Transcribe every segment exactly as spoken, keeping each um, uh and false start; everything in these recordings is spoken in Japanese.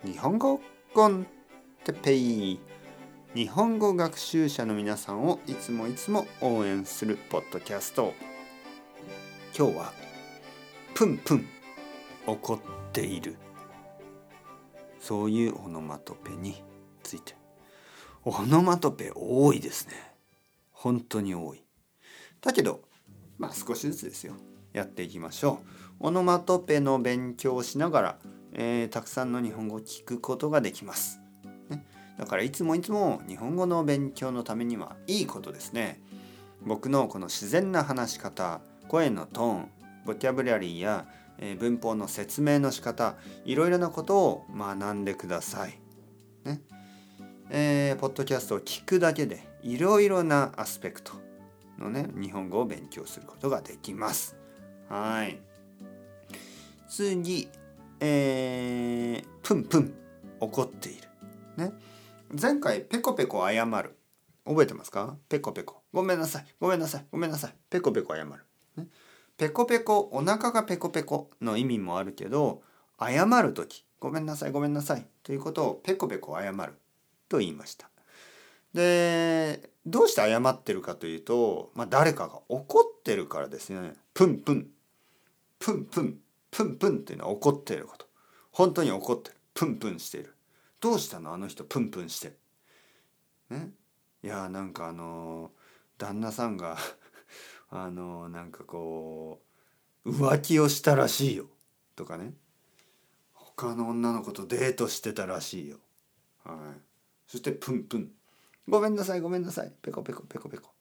日本語コンテペイ、日本語学習者の皆さんをいつもいつも応援するポッドキャスト。今日はプンプン怒っている、そういうオノマトペについて。オノマトペ多いですね。本当に多い。だけどまあ少しずつですよ、やっていきましょう。オノマトペの勉強をしながら、えー、たくさんの日本語を聞くことができます、ね、だからいつもいつも日本語の勉強のためにはいいことですね。僕のこの自然な話し方、声のトーン、ボキャブラリーや、えー、文法の説明の仕方、いろいろなことを学んでください、ねえー、ポッドキャストを聞くだけでいろいろなアスペクトのね、日本語を勉強することができます。はい。次、えー、プンプン怒っている。ね。前回ペコペコ謝る。覚えてますか？ペコペコ。ごめんなさい。ごめんなさい。ごめんなさい。ペコペコ謝る。ね、ペコペコ、お腹がペコペコの意味もあるけど、謝るとき、ごめんなさい、ごめんなさいということをペコペコ謝ると言いました。で、どうして謝ってるかというと、まあ、誰かが怒ってるからですね。プンプン、プンプン、プンプンっていうのは怒っていること。本当に怒ってる。プンプンしている。どうしたのあの人プンプンして。ね。いやなんかあの旦那さんがあのなんかこう浮気をしたらしいよとかね。他の女の子とデートしてたらしいよ。はい。そしてプンプン。ごめんなさいごめんなさいペコペコペコペコ。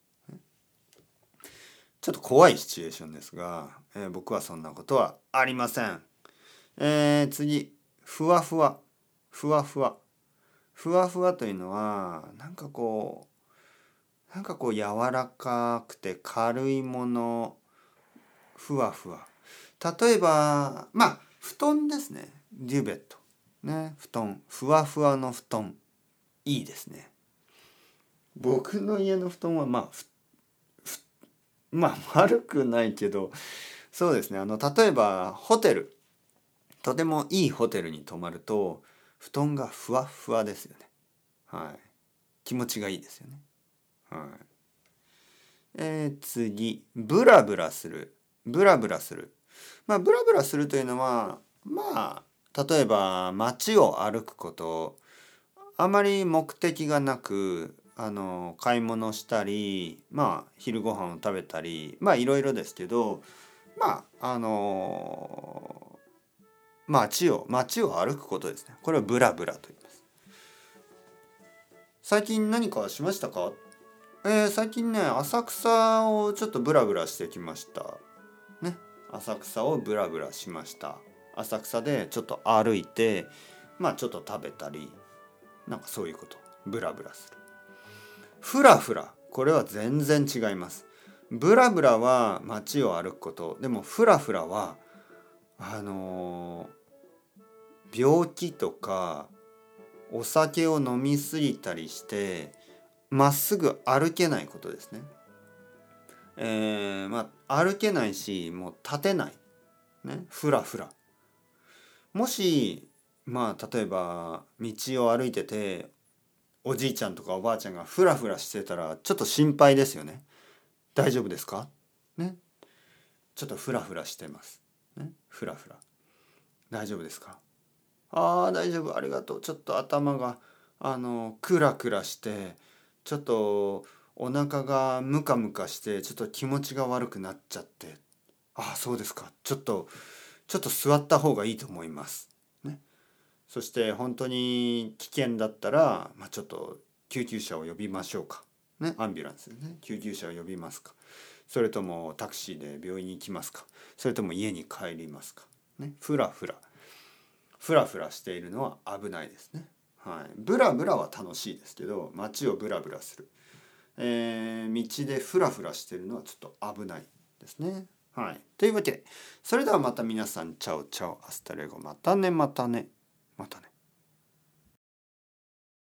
ちょっと怖いシチュエーションですが、えー、僕はそんなことはありません。えー、次、ふわふわ、ふわふわ。ふわふわというのは、なんかこう、なんかこう柔らかくて軽いもの、ふわふわ。例えば、まあ、布団ですね。デュベット。ね、布団。ふわふわの布団。いいですね。僕の家の布団は、まあ、ふまあ悪くないけど、そうですね、あの例えばホテル、とてもいいホテルに泊まると布団がふわふわですよね。はい。気持ちがいいですよね。はい。えー、次、ブラブラする。ブラブラする。まあブラブラするというのは、まあ例えば街を歩くこと、あまり目的がなく、あの買い物したり、まあ昼ご飯を食べたり、まあいろいろですけど、まああの街を街を歩くことですね。これはブラブラと言います。最近何かしましたか？えー、最近ね、浅草をちょっとブラブラしてきましたね。浅草をブラブラしました。浅草でちょっと歩いて、まあちょっと食べたり、なんかそういうこと。ブラブラする。フラフラ。これは全然違います。ブラブラは街を歩くこと。でもフラフラは、あのー、病気とかお酒を飲みすぎたりして、まっすぐ歩けないことですね。えー、まあ歩けないし、もう立てない。ね。フラフラ。もし、まあ例えば道を歩いてて、おじいちゃんとかおばあちゃんがフラフラしてたらちょっと心配ですよね。大丈夫ですか？ね。ちょっとフラフラしてます。ね。フラフラ。大丈夫ですか？ああ、大丈夫。ありがとう。ちょっと頭が、あの、クラクラして、ちょっとお腹がムカムカして、ちょっと気持ちが悪くなっちゃって。ああ、そうですか。ちょっと、ちょっと座った方がいいと思います。ね。そして本当に危険だったら、まあ、ちょっと救急車を呼びましょうか。ね、アンビュランスでね、救急車を呼びますか。それともタクシーで病院に行きますか。それとも家に帰りますか。ね、ふらふら。ふらふらしているのは危ないですね。はい。ブラブラは楽しいですけど、街をブラブラする。えー、道でフラフラしているのはちょっと危ないですね。はい。というわけで、それではまた皆さん、チャオチャオ、アスタレゴ、またね、またね、またね。